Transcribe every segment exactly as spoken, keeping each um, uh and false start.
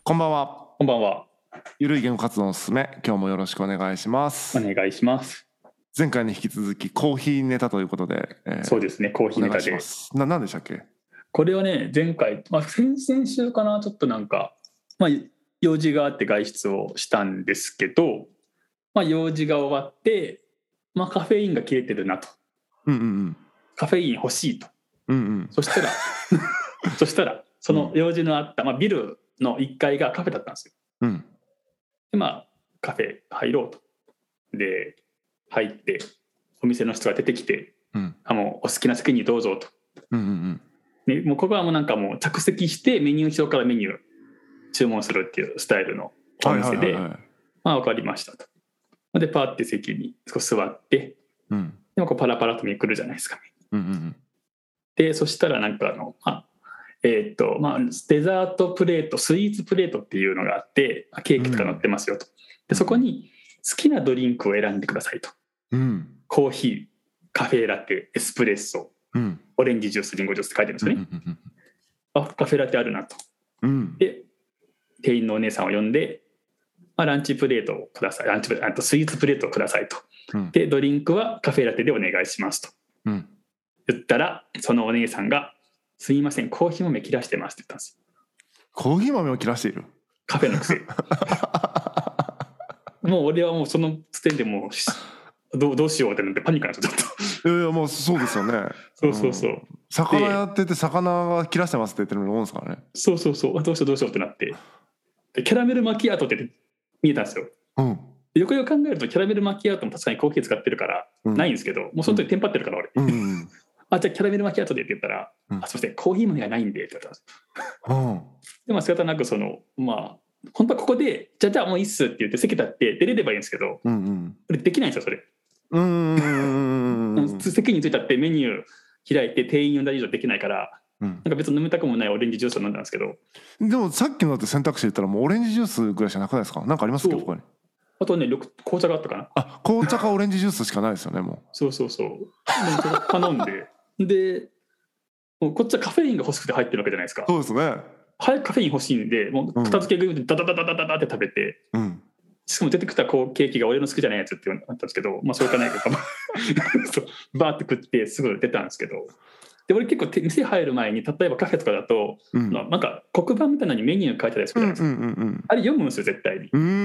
こんばんは。 こんばんは。 ゆるい言語活動のすすめ、今日もよろしくお願いします。 お願いします。 前回に引き続きコーヒーネタということで、 えー、そうですね、コーヒーネタで。 な、何でしたっけ？ これはね、前回、まあ、先々週かな、ちょっとなんか、まあ、用事があって外出をしたんですけど、まあ、用事が終わって、まあ、カフェインが切れてるなと、 うんうんうん、 カフェイン欲しいと、 うんうん、 そしたらそしたらその用事のあった、まあ、ビルのいっかいがカフェだったんですよ、 うん、 でまあカフェ入ろうと、で入ってお店の人が出てきて、うん、あもうお好きな席にどうぞと、 うんうんうん、 ね、もうここはもうなんかもう着席してメニュー表からメニュー注文するっていうスタイルのお店で、まあ分かりましたと。でパーって席に座って、うん、でもこうパラパラとめくるじゃないですか、ね、うんうんうん、でそしたらなんかあの、あえーっとまあ、デザートプレート、スイーツプレートっていうのがあって、ケーキとか載ってますよと、でそこに好きなドリンクを選んでくださいと、うん、コーヒー、カフェラテ、エスプレッソ、うん、オレンジジュース、リンゴジュースって書いてるんですよね、うんうんうん、あカフェラテあるなと、うん、で店員のお姉さんを呼んで、まあ、ランチプレートをください、ランチあとスイーツプレートをくださいと、うん、でドリンクはカフェラテでお願いしますと、うん、言ったらそのお姉さんがすみませんコーヒー豆切らしてますって言ったんですよ。 コーヒー豆を切らしている、 カフェのくせもう俺はもうその時点でもう ど, うどうしようってなってパニックになっちゃった。 いやいやもうそうですよねそうそうそう、うん、 魚やってて魚が切らしてますって言ってるのもんですからね。 そうそうそう、どうしようどうしようってなって、でキャラメルマキアートって見えたんですよ、うん、よくよく考えるとキャラメルマキアートも確かにコーヒー使ってるからないんですけど、うん、もうその時テンパってるから俺、うんうん、あじゃあキャラメルマキアートでって言ったら、うん、あすいませんコーヒー豆がないんでって言ったんです、うん、でまあ仕方なくそのまあ本当はここでじゃあじゃあもういいっすって言って席立って出れればいいんですけど、うんうん、これできないんですよそれ。うん、席に着いたってメニュー開いて店員呼んだ以上できないから、うん、なんか別に飲みたくもないオレンジジュースを飲んだんですけど、 でもさっきのだって選択肢言ったらもうオレンジジュースぐらいしかなくないですか？なんかありますっけ他に？ あとね紅茶があったかな。 あ紅茶かオレンジジュースしかないですよねもう。 そうそうそう頼んででもうこっちはカフェインが欲しくて入ってるわけじゃないですか。 そうですね、 早くカフェイン欲しいんでもう片付けグーでダダダダダダダって食べて、うん、しかも出てきたこうケーキが俺の好きじゃないやつって言ったんですけど、まあそういかないからそうバーって食ってすぐ出たんですけど、で俺結構店入る前に例えばカフェとかだと、うん、なんか黒板みたいなのにメニュー書いてたりするじゃないですか、うんうんうん、あれ読むんですよ絶対に、うんうん、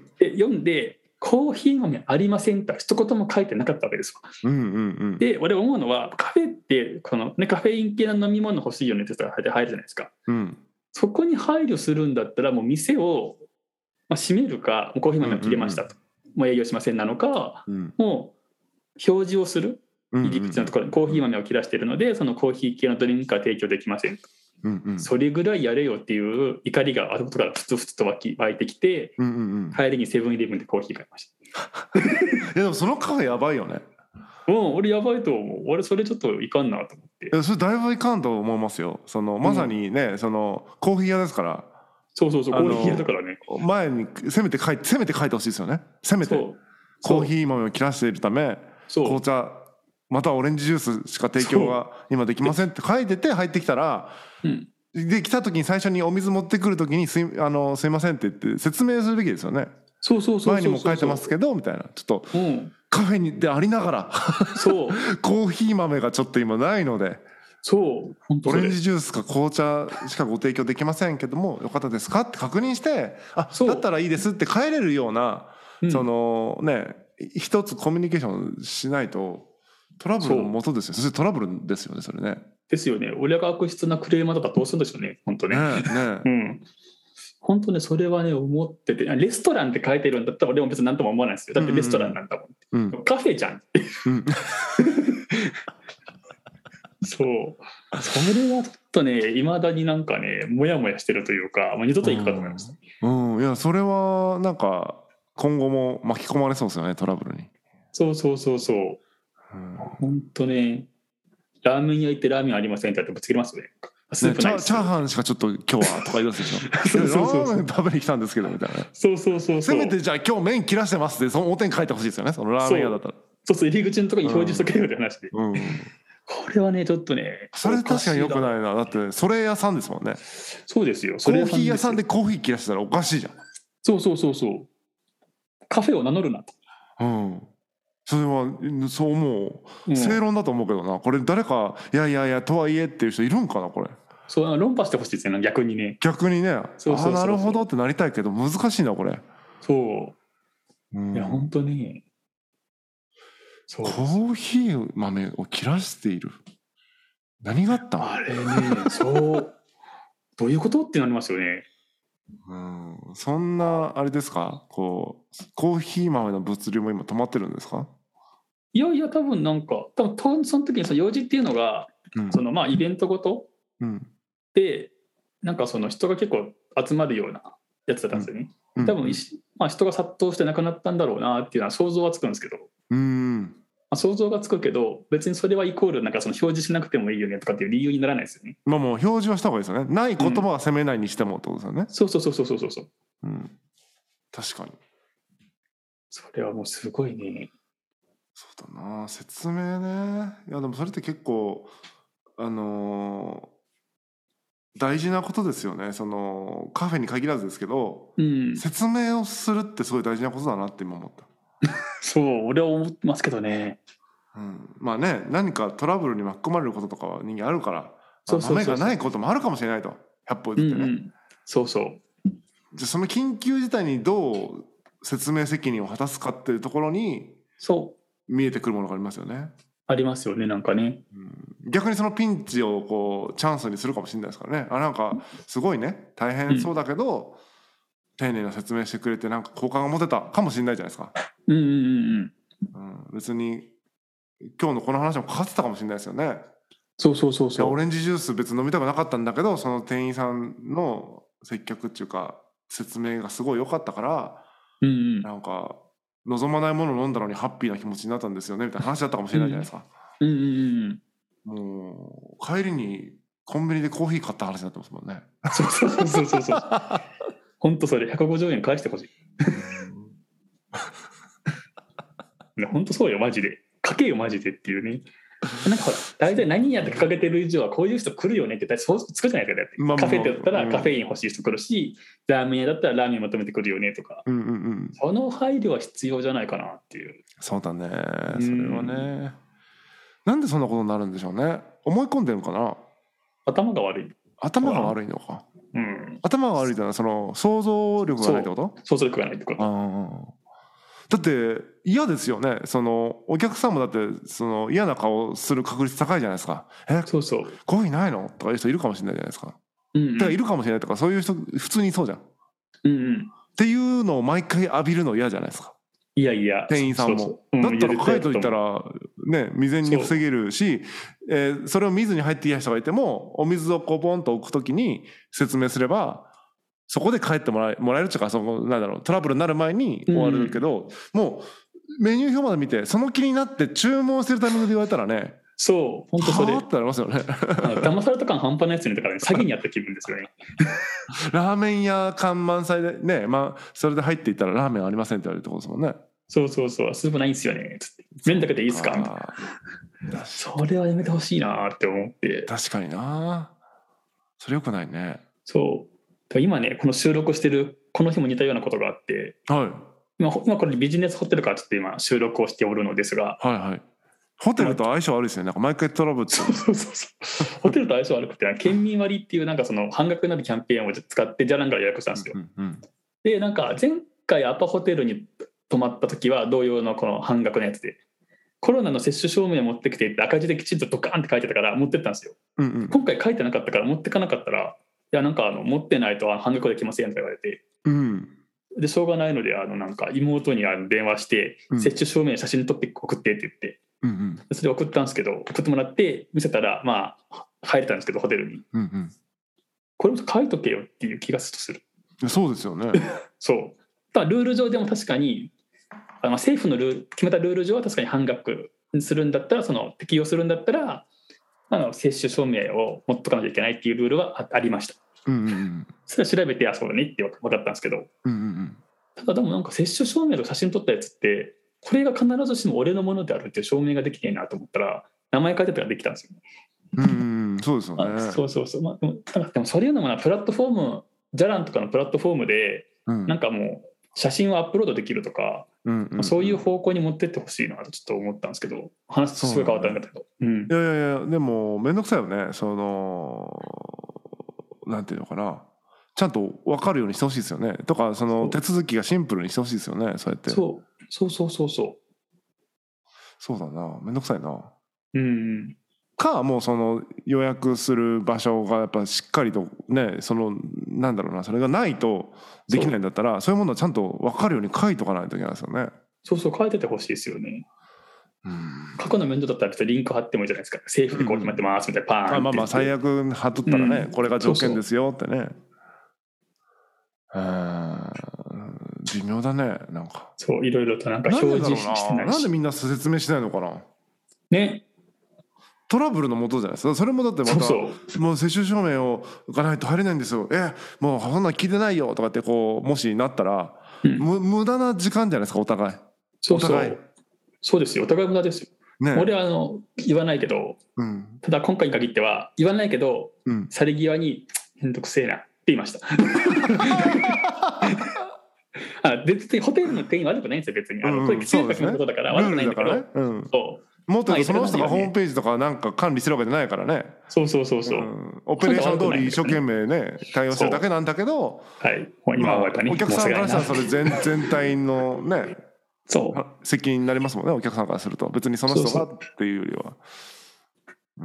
で読んでコーヒー豆ありませんとは一言も書いてなかったわけですよ、うんうんうん、で俺思うのはカフェってこの、ね、カフェイン系の飲み物欲しいよねって人が入るじゃないですか、うん、そこに配慮するんだったらもう店をまあ、閉めるかもうコーヒー豆を切れましたと、うんうんうん、もう営業しませんなのか、うん、もう表示をする入り口のところにコーヒー豆を切らしているのでそのコーヒー系のドリンクは提供できませんと、うんうん、それぐらいやれよっていう怒りが後からふつふつと湧き湧いてきて、うんうんうん、帰りにセブンイレブンでコーヒー買いましたいやでもそのカフェやばいよね。 うん、俺やばいと思う。俺それちょっといかんなと思って。いやそれだいぶいかんと思いますよ。そのまさにね、うん、そのコーヒー屋ですから。 そうそうそうコーヒー屋だからね。 前にせめて書いてせめて書いてほしいですよね。せめてコーヒー豆を切らしているため紅茶またはオレンジジュースしか提供が今できませんって書いてて入ってきたら、うん、で来た時に最初にお水持ってくる時にすい、あのすいませんって言って説明するべきですよね。 そうそうそうそうそう、 前にも書いてますけどみたいなちょっと、うん、カフェにでありながらそうコーヒー豆がちょっと今ないのでそう本当オレンジジュースか紅茶しかご提供できませんけどもよかったですかって確認してあだったらいいですって帰れるような、うん、そのね一つコミュニケーションしないとトラブルの元ですよ。そしてトラブルですよねそれね。 ですよね。俺が悪質なクレーマーとかどうするんでしょうね本当ね。ねね、うん、本当ねそれはね思っててレストランって書いてるんだったら俺も別に何とも思わないですよ。だってレストランなんだもん、うんうん、カフェじゃんって、うんそうそれはちょっとねいまだになんかねモヤモヤしてるというか、まあ、二度と行くかと思いました、 うんうん、いやそれはなんか今後も巻き込まれそうですよねトラブルに。 そうそうそうそう、うん、本当ねラーメン屋行ってラーメンありませんって言ってぶつけますよね。 スープないです、ね、チャーハンしかちょっと今日はとか言うでしょそうそうそうそうラーメン食べに来たんですけどみたいな。 そうそうそうそう、 せめてじゃあ今日麺切らしてますってそのお点書いてほしいですよねそのラーメン屋だったら。 そうそうそう入り口のところに表示しとけよって話で、うんうん、 これはねちょっとねそれ確かに良くないな。だってそれ屋さんですもんね。 そうですよ。 コーヒー屋さんでコーヒー切らしたらおかしいじゃん。 そうそうそうそう。カフェを名乗るなと。 うん。それはそう思う、正論だと思うけどな。これ誰かいやいやいやとはいえっていう人いるんかなこれ。 そう論破してほしいですね逆にね。 逆にね。ああなるほどってなりたいけど難しいなこれ。 そう、うん、いや本当にそうコーヒー豆を切らしている。何があったん？ あれねそうどういうことってなりますよね。 うん、そんなあれですか、こうコーヒー豆の物流も今止まってるんですか？ いやいや多分なんか多分その時にその用事っていうのが、うん、そのまあイベントごと、うん、でなんかその人が結構集まるようなやつだったんですよね、うん、多分、うんまあ、人が殺到して亡くなったんだろうなっていうのは想像はつくんですけど、うんまあ、想像がつくけど別にそれはイコールなんかその表示しなくてもいいよねとかっていう理由にならないですよね。 まあもう表示はした方がいいですよね。ない言葉は責めないにしてもってことですよね、うん、 そうそうそうそうそうそう、 うん、確かにそれはもうすごいね。 そうだな説明ね。いやでもそれって結構あのー、大事なことですよね。そのカフェに限らずですけど、うん、説明をするってすごい大事なことだなって今思ったそう俺は思ってますけどね、 うん、まあね何かトラブルに巻き込まれることとかは人間あるから、まあ、豆がないこともあるかもしれないとひゃっぽ譲ってね、うんうん、 そうそうじゃその緊急事態にどう説明責任を果たすかっていうところにそう見えてくるものがありますよね。 ありますよねなんかね、 うん、逆にそのピンチをこうチャンスにするかもしれないですからね。あなんかすごいね大変そうだけど、うん、丁寧な説明してくれてなんか好感が持てたかもしれないじゃないですか。うんうんうんうん、うん、別に今日のこの話もかかってたかもしれないですよね。 そうそうそうそう。 オレンジジュース別に飲みたくなかったんだけどその店員さんの接客っていうか説明がすごい良かったから、うんうん、なんか望まないものを飲んだのにハッピーな気持ちになったんですよねみたいな話だったかもしれないじゃないですか。うんうんうんうん、もう帰りにコンビニでコーヒー買った話になってますもんね。 そうそうそうそうそう。本当それひゃくごじゅうえん返してほしい。本当そうよマジで。かけよマジでっていうね。なんかほら大体何やって掲げてる以上はこういう人来るよねって大体想像つくじゃないですか。まあ、カフェってだったらカフェイン欲しい人来るし、うん、ラーメン屋だったらラーメン求めてくるよねとか、うんうんうん、その配慮は必要じゃないかなっていう。 そうだねそれはね、うん、なんでそんなことになるんでしょうね。思い込んでるのかな。 頭が悪い。 頭が悪いのか、うん、頭が悪いというのはその想像力がないってこと。 想像力がないってこと。 あだって嫌ですよね。そのお客さんもだってその嫌な顔する確率高いじゃないですか。えそうそうコーヒーないのとかいう人いるかもしれないじゃないですか、うんうん、だからいるかもしれないとかそういう人普通にいそうじゃん、うんうん、っていうのを毎回浴びるの嫌じゃないですか。 いやいや店員さんもそうそう、うん、だったら書いといたらね未然に防げるし そ,、えー、それを見ずに入ってきた人がいてもお水をこうポンと置くときに説明すればそこで帰ってもらえ、もらえるっていうかそのなんだろうトラブルになる前に終わるけど、うん、もうメニュー表まで見てその気になって注文してるタイミングで言われたらねそう本当それはーってなりますよね。 騙された感半端ないやつにだから、ね、詐欺にあった気分ですよね。 ラーメン屋看満載でね、まあ、それで入っていったらラーメンありませんって言われるってことですもんね。 そうそうそうスープないんですよねつって麺だけでいいですかみたいな。それはやめてほしいなって思って。 確かになそれよくないね。 そう今ねこの収録してるこの日も似たようなことがあって、はい、今, 今これビジネスホテルからちょっと今収録をしておるのですが、 はいはい、ホテルと相性悪いですね。なんか毎回トラブってそうそうそうそうホテルと相性悪くて県民割っていうなんかその半額になるキャンペーンを使ってじゃらんから予約したんですよ、うんうんうん、でなんか前回アパホテルに泊まった時は同様のこの半額のやつでコロナの接種証明を持ってきてって赤字できちんとドカーンって書いてたから持ってったんですよ、うんうん、今回書いてなかったから持ってかなかったらいやなんかあの持ってないと半額できませんとか言われて、うん、でしょうがないのであのなんか妹にあの電話して、うん、接種証明写真撮って送ってって言って、うんうん、それで送ったんですけど送ってもらって見せたらまあ入れたんですけどホテルに、うんうん、これも書いとけよっていう気がする。 そうですよねそうただルール上でも確かにあの政府のルール決めたルール上は確かに半額にするんだったらその適用するんだったらあの接種証明を持っとかなきゃいけないっていうルールは あ, ありました、うんうんうん、それは調べてあそうだねって分かったんですけど、うんうんうん、ただでもなんか接種証明と写真撮ったやつってこれが必ずしも俺のものであるっていう証明ができていないなと思ったら名前書いてたらできたんですよ。 うん、そうですよね。 そうそうそう、まあ、でもでもそれいうのもな、プラットフォーム、ジャランとかのプラットフォームで、うん、なんかもう写真をアップロードできるとか、うんうんうん、そういう方向に持ってってほしいなとちょっと思ったんですけど、話すごい変わったんだけど、うん、 いやいやいや、でも面倒くさいよね。そのなんていうのかな、ちゃんと分かるようにしてほしいですよね。とかその手続きがシンプルにしてほしいですよね。そうやって。 そうそうそうそうそう。 そうだな、面倒くさいな。 うん。 かもうその予約する場所がやっぱしっかりとね、そのなんだろうな、それがないとできないんだったら、そういうものはちゃんと分かるように書いとかないといけないですよね。 そうそう、書いててほしいですよね。うん、過去の面倒だったら別にリンク貼ってもいいじゃないですか。政府でこう決まってますみたいな、パーンって、うん、 まあまあ最悪貼っとったらね、うん、これが条件ですよってね。うん、微妙だね、なんか。 そう、いろいろとなんか表示してないし。 なんでみんな説明しないのかな。 ね。 トラブルのもとじゃないですか。それもだってまたそうそう、もう接種証明をがないと入れないんですよ。えもうそんな聞いてないよとかってこうもしなったら、うん、無駄な時間じゃないですか、お互い。 そうそう、お互いそうですよ、お互い無駄ですよ。ね、俺はあの言わないけど、うん、ただ今回に限っては言わないけど、うん、去り際にめんどくせえなって言いました。あ別にホテルの店員悪くないんですよ、別に。あの、うん、これ規制書のことだから悪くないんだけど、ね、うん、そうもっとその人がホームページとかなんか管理してるわけじゃないからね。 そうそうそうそう、うん、 オペレーション通り一生懸命ね対応してるだけなんだけど、 はい、今はお客さんからしたらそれ 全, 全体のねそう責任になりますもんね、お客さんからすると。別にその人がっていうよりは。うん、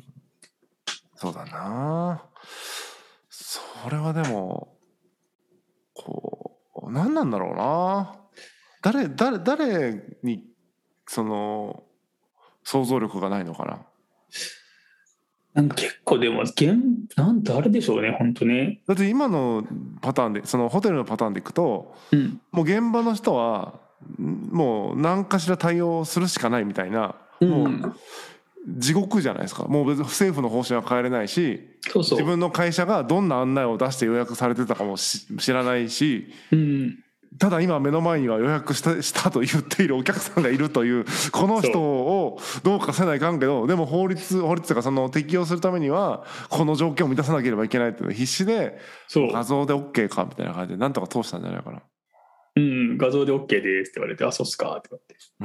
そうだな。それはでもこう何なんだろうな。誰誰誰にその想像力がないのかな。 なんか結構でも現なん誰でしょうね、本当ね。 だって今のパターンで、そのホテルのパターンでいくと、うん、もう現場の人はもう何かしら対応するしかないみたいな、うん、もう地獄じゃないですか。もう別に政府の方針は変えれないし、そうそう、自分の会社がどんな案内を出して予約されてたかも知らないし、うん、ただ今目の前には予約した、したと言っているお客さんがいるという、この人をどうかせないかんけど、でも法律法律というかその適用するためにはこの条件を満たさなければいけないっていうの必死で、画像で OK かみたいな感じでなんとか通したんじゃないかな。 うん、画像で OK ですって言われて、あ、そうっすかって言われて。 うん、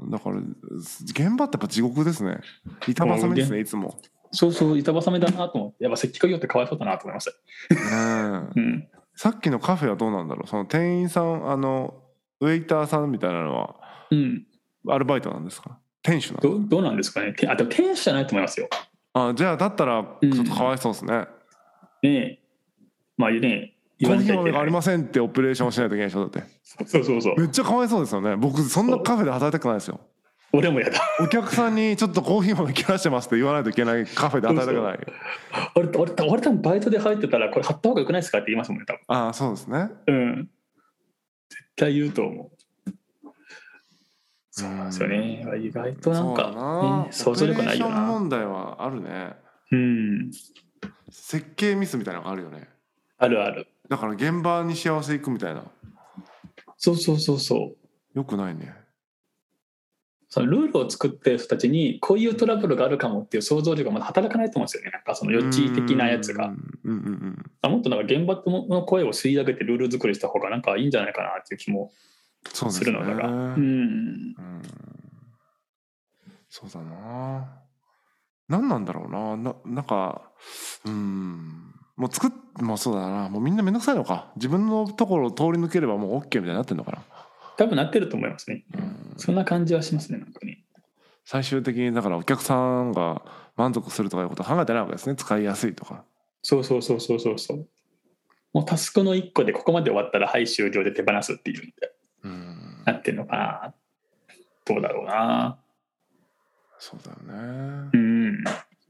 だから現場ってやっぱ地獄ですね。板挟みですね、いつも。 そうそう、板挟みだなと思って、やっぱ接客業ってかわいそうだなと思いました。うん。 うんさっきのカフェはどうなんだろう。その店員さん、あのウェイターさんみたいなのは、うん、アルバイトなんですか？店主なんですか？ ど, どうなんですかね。あ、でも店主じゃないと思いますよ。 あ、じゃあだったらちょっとかわいそうですね。うん、 ねえ、まあね、 コーヒー豆がありませんってオペレーションをしないといけないでしょ、だって。 そうそうそう。 めっちゃかわいそうですよね。僕そんなカフェで働いたくないですよ。 俺もやだ。 お客さんにちょっとコーヒー豆切らしてますって言わないといけないカフェで働いたくない。そうそう俺俺俺多分バイトで入ってたらこれ貼った方がよくないですかって言いますもんね、多分。 ああ、そうですね。 うん。絶対言うと思う。そうなんですよね。意外となんか、ね、想像力ないよな。オペレーション問題はあるね。 うん。 設計ミスみたいなのがあるよね。 あるある。 だから現場に幸せいくみたいな。 そうそうそうそう。 よくないね。 そのルールを作ってる人たちにこういうトラブルがあるかもっていう想像力がまだ働かないと思うんですよね。なんかその予知的なやつが。うんうんうん、もっとなんか現場の声を吸い上げてルール作りした方がなんかいいんじゃないかなっていう気もするのだが。そうですね。うん。うん、 そうだな。何なんだろうな。な、なんか、うん。もう作っ、もうそうだな。もうみんなめんどくさいのか。自分のところを通り抜ければもう OK みたいになってんのかな。 多分なってると思いますね。うん、そんな感じはしますね、なんかね。 最終的にだからお客さんが満足するとかいうことを考えてないわけですね。使いやすいとか。 そうそうそうそうそうそう。もうタスクのいっこでここまで終わったらはい終了で手放すっていうので、うん、なってんのかな。どうだろうな。 そうだよね。 うん。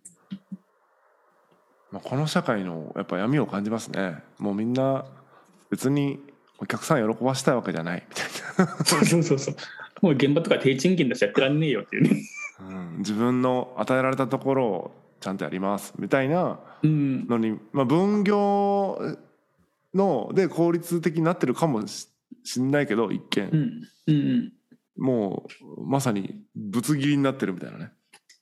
まあ、この社会のやっぱ闇を感じますね。もうみんな別にお客さん喜ばしたいわけじゃないみたいな。 そうそうそうそう。もう現場とか低賃金だしやってらんねえよっていうね。 うん、自分の与えられたところをちゃんとやりますみたいなのに、うん、まあ、分業ので効率的になってるかもしれないけど一見、うんうん、もうまさにぶつ切りになってるみたいなね。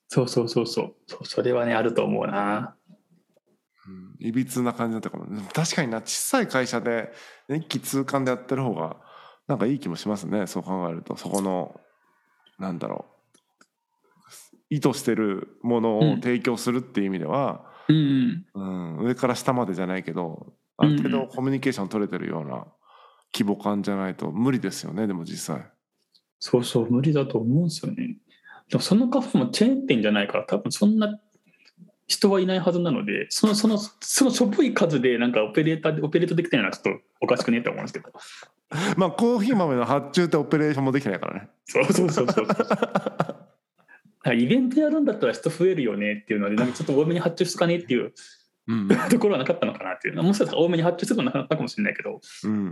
そうそうそうそうそう、それはねあると思うな。 うん、いびつな感じだったかも。確かにな、小さい会社で一気通貫でやってる方がなんかいい気もしますね。そう考えると、そこのなんだろう、意図してるものを提供するっていう意味では、 うんうん、うん、上から下までじゃないけどある程度コミュニケーション取れてるような規模感じゃないと無理ですよね。でも実際そうそう無理だと思うんですよね。でもそのカフェもチェーン店じゃないから多分そんな人はいないはずなので、そのそのそのしょぼい数でなんかオペレーターでオペレートできたのはちょっとおかしくねって思うんですけど。 まあコーヒー豆の発注ってオペレーションもできないからね。 そうそうそうそうそうイベントやるんだったら人増えるよねっていうので、なんかちょっと多めに発注しとかねっていう、うん、ところはなかったのかなっていうのは、もしかしたら多めに発注するのなかったかもしれないけど、うんうんうん、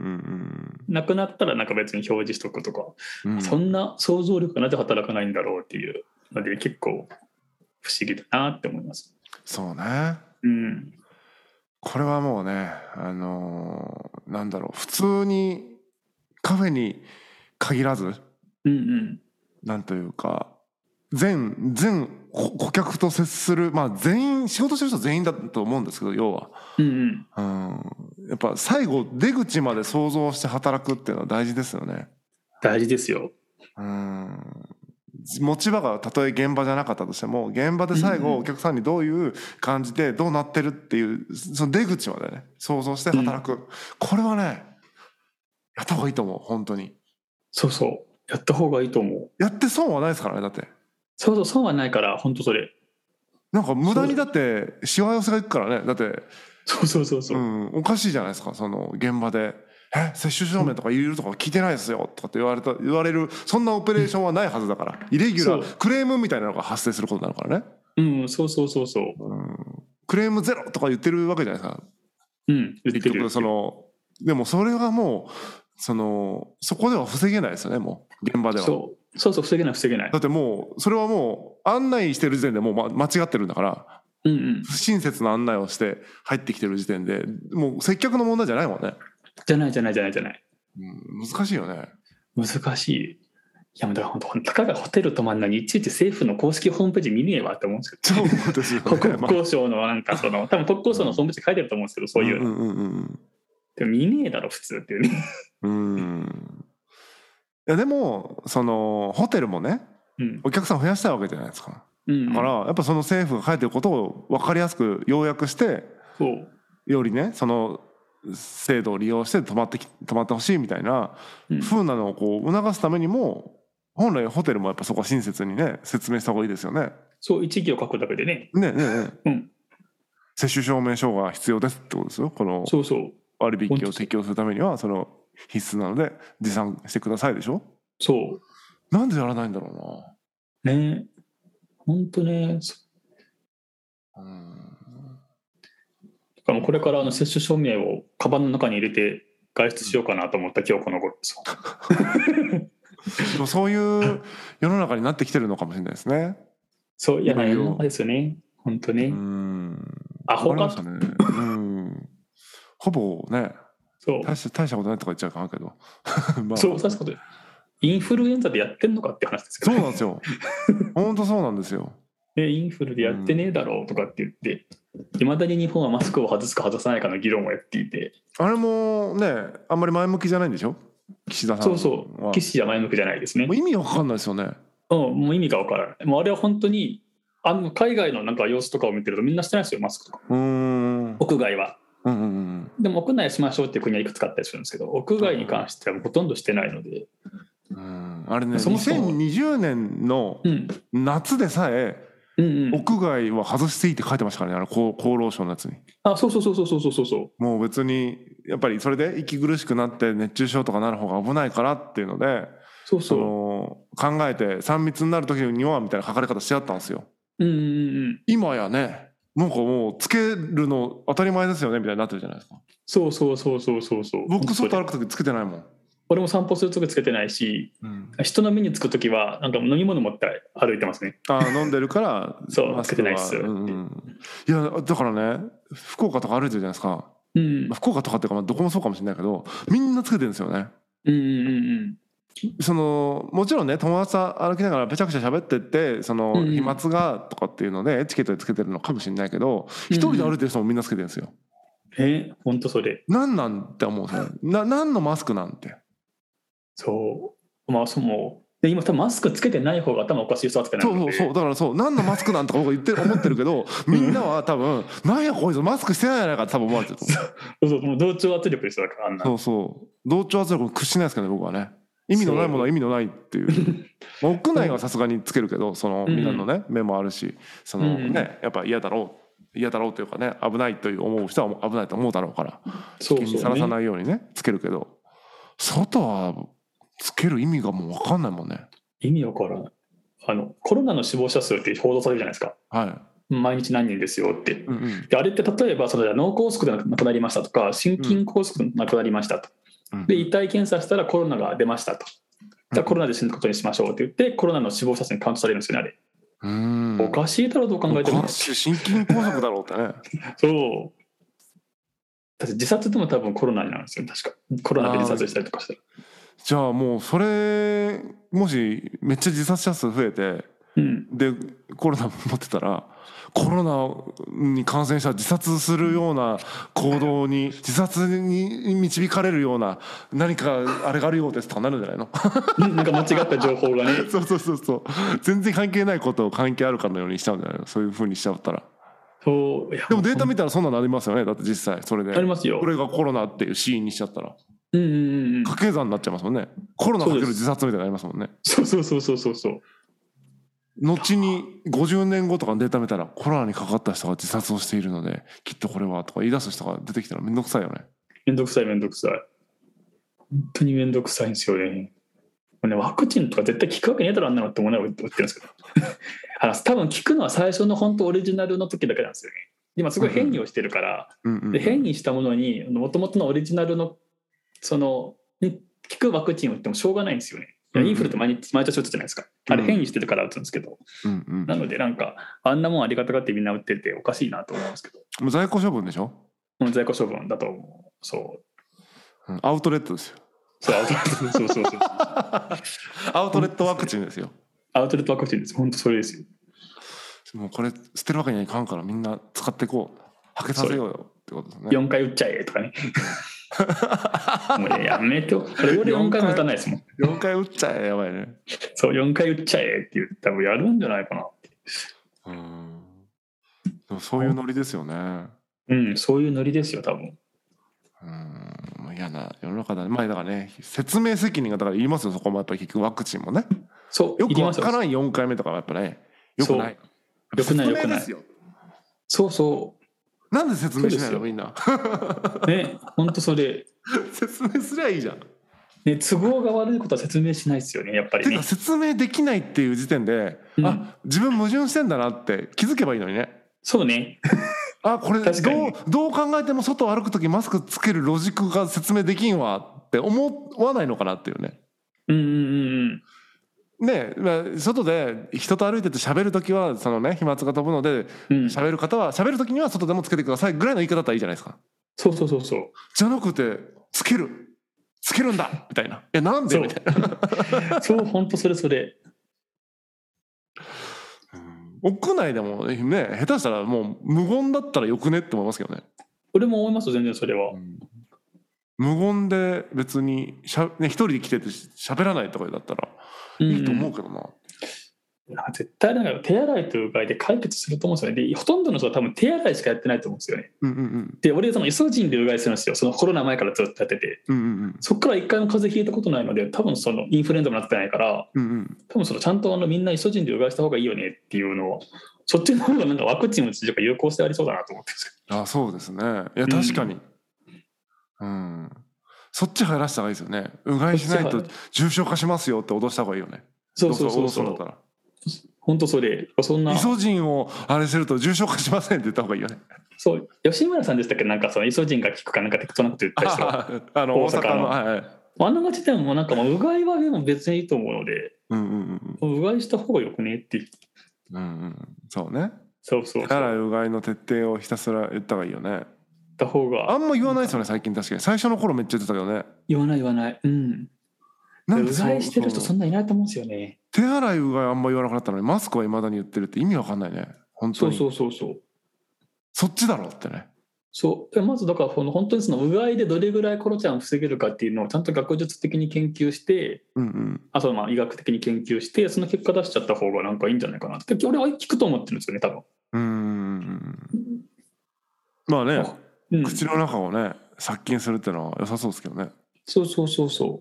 なくなったらなんか別に表示しとくとか、うん、そんな想像力がなぜ働かないんだろうっていうので結構不思議だなって思います。 そうね、うん、これはもうね、あのー、なんだろう、普通にカフェに限らず、うんうん、なんというか全全顧客と接する、まあ全員仕事してる人全員だと思うんですけど、要は、うんうん、うん、やっぱ最後出口まで想像して働くっていうのは大事ですよね。 大事ですよ。 うん、持ち場がたとえ現場じゃなかったとしても、現場で最後お客さんにどういう感じでどうなってるっていうその出口までね想像して働く、うん、これはねやった方がいいと思う。本当にそうそう、やった方がいいと思う。 やって損はないですからね。だってそうそう、損はないから、本当それなんか無駄にだってしわ寄せがいくからね。だってそうそうそうそう、うん、 おかしいじゃないですか。その現場でえ接種証明とか入れるとか聞いてないですよとかって言われた言われるそんなオペレーションはないはずだから、イレギュラークレームみたいなのが発生することになるからね。 うん、そうそうそうそう、うん、 クレームゼロとか言ってるわけじゃないですか。うん、言ってる。結局そのでもそれはもうそのそこでは防げないですよね。もう現場ではそうそうそう、防げない防げない。 だってもうそれはもう案内してる時点でもう間違ってるんだから、うんうん、不親切な案内をして入ってきてる時点でもう接客の問題じゃないもんね。 じゃないじゃないじゃないじゃない、 うん、難しいよね。 難しい。いやもうだから本当たかがホテル泊まんのにいちいち政府の公式ホームページ見ねえわって思うんですけど、そうですよね、国交省のなんかその多分国交省のホームページ書いてると思うんですけど、そういうの、うんうんうん、でも見ねえだろ普通っていうね。うんいやでもそのホテルもね、うん、お客さん増やしたいわけじゃないですか、うんうん、だからやっぱその政府が書いてることを分かりやすく要約してそうよりねその制度を利用して泊まってき泊まってほしいみたいな風なのをこう促すためにも本来ホテルもやっぱそこは親切にね説明した方がいいですよね。 そう一行書くだけでね。 ねえねえねえ、うん、接種証明書が必要ですってことですよ。この割引を適用するためにはその必須なので持参してくださいでしょ。そうなんでやらないんだろうな。 ねえ本当ね。うんこれからあの接種証明をカバンの中に入れて外出しようかなと思った今日この頃です。 でもそういう世の中になってきてるのかもしれないですね。 そう嫌な世の中ですよね。本当ね。うんアホか、 ね、うんほぼねそう大した大したことないとか言っちゃうかもけどまあ、そう確かにインフルエンザでやってんのかって話ですけど、ね、 そうなんですよ本当そうなんですよ。 えインフルでやってねえだろうとかって言っていま、うん、だに日本はマスクを外すか外さないかの議論をやっていて、あれもねあんまり前向きじゃないんでしょ岸田さんは。 そうそう岸は前向きじゃないですね。 もう意味わかんないですよね。 うん、もう意味がわからない。もうあれは本当にあの海外のなんか様子とかを見てるとみんなしてないですよマスクとか。うーん屋外は、うんうんうん、でも屋内しましょうっていう国はいくつかあったりするんですけど屋外に関してはほとんどしてないので、 うん、あれねそもそもにせんにじゅうねんの夏でさえ、うんうんうん、屋外は外していいって書いてましたからねあの 厚, 厚労省のやつに。 あそうそうそうそうそうそうそう。 もう別にやっぱりそれで息苦しくなって熱中症とかなる方が危ないからっていうのでそうそうその考えてさん密になる時にはみたいな書かれ方してあったんですよ。うんうんうん、今やねなんかもうつけるの当たり前ですよねみたいになってるじゃないですか。 そうそうそうそうそうそう。 僕外歩く時つけてないもん。 俺も散歩する時つけてないし、うん、人の目につく時はなんか飲み物持って歩いてますね。 あ飲んでるからそうつけてないっす、 うんうん、いやだからね福岡とか歩いてるじゃないですか、うんまあ、福岡とかっていうかまあどこもそうかもしれないけどみんなつけてるんですよね。うんうんうんそのもちろんね友達と歩きながらぺちゃくちゃ喋ってってその飛沫がとかっていうのでエチケットでつけてるのかもしれないけど、一人で歩いてる人もみんなつけてるんですよ。 え本当それ何なんって思うんですよ。な何のマスクなんて。 そうまあそうもうで今多分マスクつけてない方が頭おかしい人扱いなので、 そうそうそうだからそう何のマスクなんとか僕言って思ってるけどみんなは多分何やこいつマスクしてないじゃないかって多分思われてると思う。 そうそうもう同調圧力ですよだからあんな。 そうそう同調圧力屈しないですけどね僕はね。意味のないものは意味のないっていう屋内はさすがにつけるけどそのみんなのね目もあるしそのねやっぱ嫌だろう嫌だろうというかね危ないと思う人は危ないと思うだろうから危険にさらさないようにねつけるけど外はつける意味がもう分かんないもんね。 意味わからない。あのコロナの死亡者数って報道されるじゃないですか、 はい、 毎日何人ですよって、 うんうん、 であれって例えばその脳梗塞で亡くなりましたとか心筋梗塞で亡くなりましたと、うん、で遺体検査したらコロナが出ましたと、じゃあコロナで死ぬことにしましょうって言ってコロナの死亡者数にカウントされるんですよねあれ。うん、おかしいだろうどう考えても。 おかしい心筋梗塞だろうってねそうだって自殺でも多分コロナになるんですよ確か。コロナで自殺したりとかしたら。 じゃあもうそれもしめっちゃ自殺者数増えて、うん、でコロナ持ってたらコロナに感染したら自殺するような行動に自殺に導かれるような何かあれがあるようですとかなるんじゃないのなんか間違った情報がねそうそうそうそう全然関係ないことを関係あるかのようにしちゃうんじゃないのそういう風にしちゃったら。そうでもデータ見たらそんなのありますよねだって実際それでありますよ。 これがコロナっていうシーンにしちゃったらうんうんうん、 掛け算になっちゃいますもんね。コロナかける自殺みたいになりますもんね。 そうそうそうそうそうそう。 後にごじゅうねんごとかのデータ見たらコロナにかかった人が自殺をしているのできっとこれはとか言い出す人が出てきたらめんどくさいよね。 めんどくさいめんどくさい本当にめんどくさいんですよね。ねワクチンとか絶対効くわけねえだろあんなのって思いながら言ってるんですけどあの多分効くのは最初の本当オリジナルの時だけなんですよね。今すごい変異をしてるから、うんうん、で変異したものにもともとのオリジナルのそのに効くワクチンを打ってもしょうがないんですよね。いやインフルって毎日毎年打つじゃないですか。あれ変異してるから打つんですけど、うんうん、なのでなんかあんなもんありがたがってみんな打ってておかしいなと思うんですけど。 もう在庫処分でしょ。 もう在庫処分だと思う。そう、 うん、アウトレットですよ。 そうアウトレットそうそうそうアウトレットワクチンですよ。 アウトレットワクチンです本当それですよ。 もうこれ捨てるわけにはいかんからみんな使っていこうはけさせようよってことですね。 よんかい打っちゃえとかねもうねやめてこれ俺よんかいも打たないですもんよんかい打っちゃえやばいね。 そうよんかい打っちゃえって言ったらやるんじゃないかなって。 うんでもそういうノリですよね。 うんそういうノリですよ多分。 うん嫌な世の中だね。前だからね説明責任がだから言いますよそこもやっぱり結局ワクチンもね。 そうよくわからんよんかいめとかはやっぱねよくない。 よくないよくない。そうそうなんで説明しないのみんなね本当それ説明すりゃいいじゃん、 ね、都合が悪いことは説明しないですよねやっぱりね。 てか説明できないっていう時点で、うん、あ自分矛盾してんだなって気づけばいいのにね。 そうねあこれどう、どう考えても外を歩く時マスクつけるロジックが説明できんわって思わないのかなっていうね。 うんうんうんねえ外で人と歩いてて喋る時はそのね飛沫が飛ぶので喋る方は喋る時には外でもつけてくださいぐらいの言い方だったらいいじゃないですか。 そうそうそうそうじゃなくてつけるつけるんだみたいな。えなんでみたいなそう本当それそれ屋内でもね下手したらもう無言だったらよくねって思いますけどね。 俺も思います全然それは、うん、 無言で別にしゃ、ね、一人で来てて喋らないとかだったらいいと思うけどな、 うん、絶対なんか手洗いとうがいで解決すると思うんですよね。でほとんどの人は多分手洗いしかやってないと思うんですよね、うんうんうん、で俺そのイソジンでうがいするんですよそのコロナ前からずっとやってて、うんうんうん、そっから一回も風邪ひいたことないので多分そのインフルエンザもなってないから、うんうん、多分そのちゃんとあのみんなイソジンでうがいした方がいいよねっていうのをそっちの方がなんかワクチン打つとか有効性ありそうだなと思ってるんですけど。 あそうですねいや確かに、うんうん、そっち入らせた方がいいですよね。うがいしないと重症化しますよって脅した方がいいよね。 そうそうそうそう。そう本当それそんなイソジンをあれすると重症化しませんって言った方がいいよね。 そう吉村さんでしたっけなんかそのイソジンが効くかなんか適当なこと言った人あの大阪のはいはいあの町でもなんかもううがいはでも別にいいと思うので、うんうんうん、うがいした方がよくねってうんうんそうねそうそうそう手洗いうがいの徹底をひたすら言った方がいいよね。 た方があんま言わないですよね最近。確かに最初の頃めっちゃ言ってたけどね。 言わない言わないうんなんでうがいしてる人そんないないと思うんですよね。 手洗いうがいあんま言わなくなったのにマスクは未だに言ってるって意味わかんないね本当に。 そうそうそうそうそっちだろってね。 そうまずだからこの本当にそのうがいでどれぐらいコロちゃんを防げるかっていうのをちゃんと学術的に研究して、うんうん、あとまあ医学的に研究してその結果出しちゃった方がなんかいいんじゃないかなって俺は聞くと思ってるんですよね多分。 うーんまあねあ、うん、口の中をね殺菌するっていうのは良さそうですけどね。 そうそうそうそう、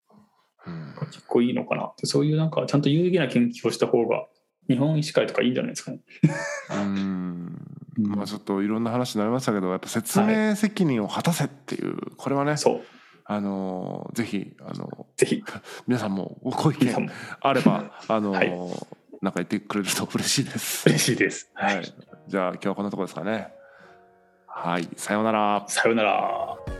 うん、結構いいのかなってそういうなんかちゃんと有意義な研究をした方が日本医師会とかいいんじゃないですかね。 うーんまあちょっといろんな話になりましたけどやっぱ説明責任を果たせっていう、はい、これはねそうあのぜひあのぜひ皆さんもご意見あればあの、はい、なんか言ってくれると嬉しいです。 嬉しいです、 はい、じゃあ今日はこんなところですかね。はい、さようなら。 さようなら。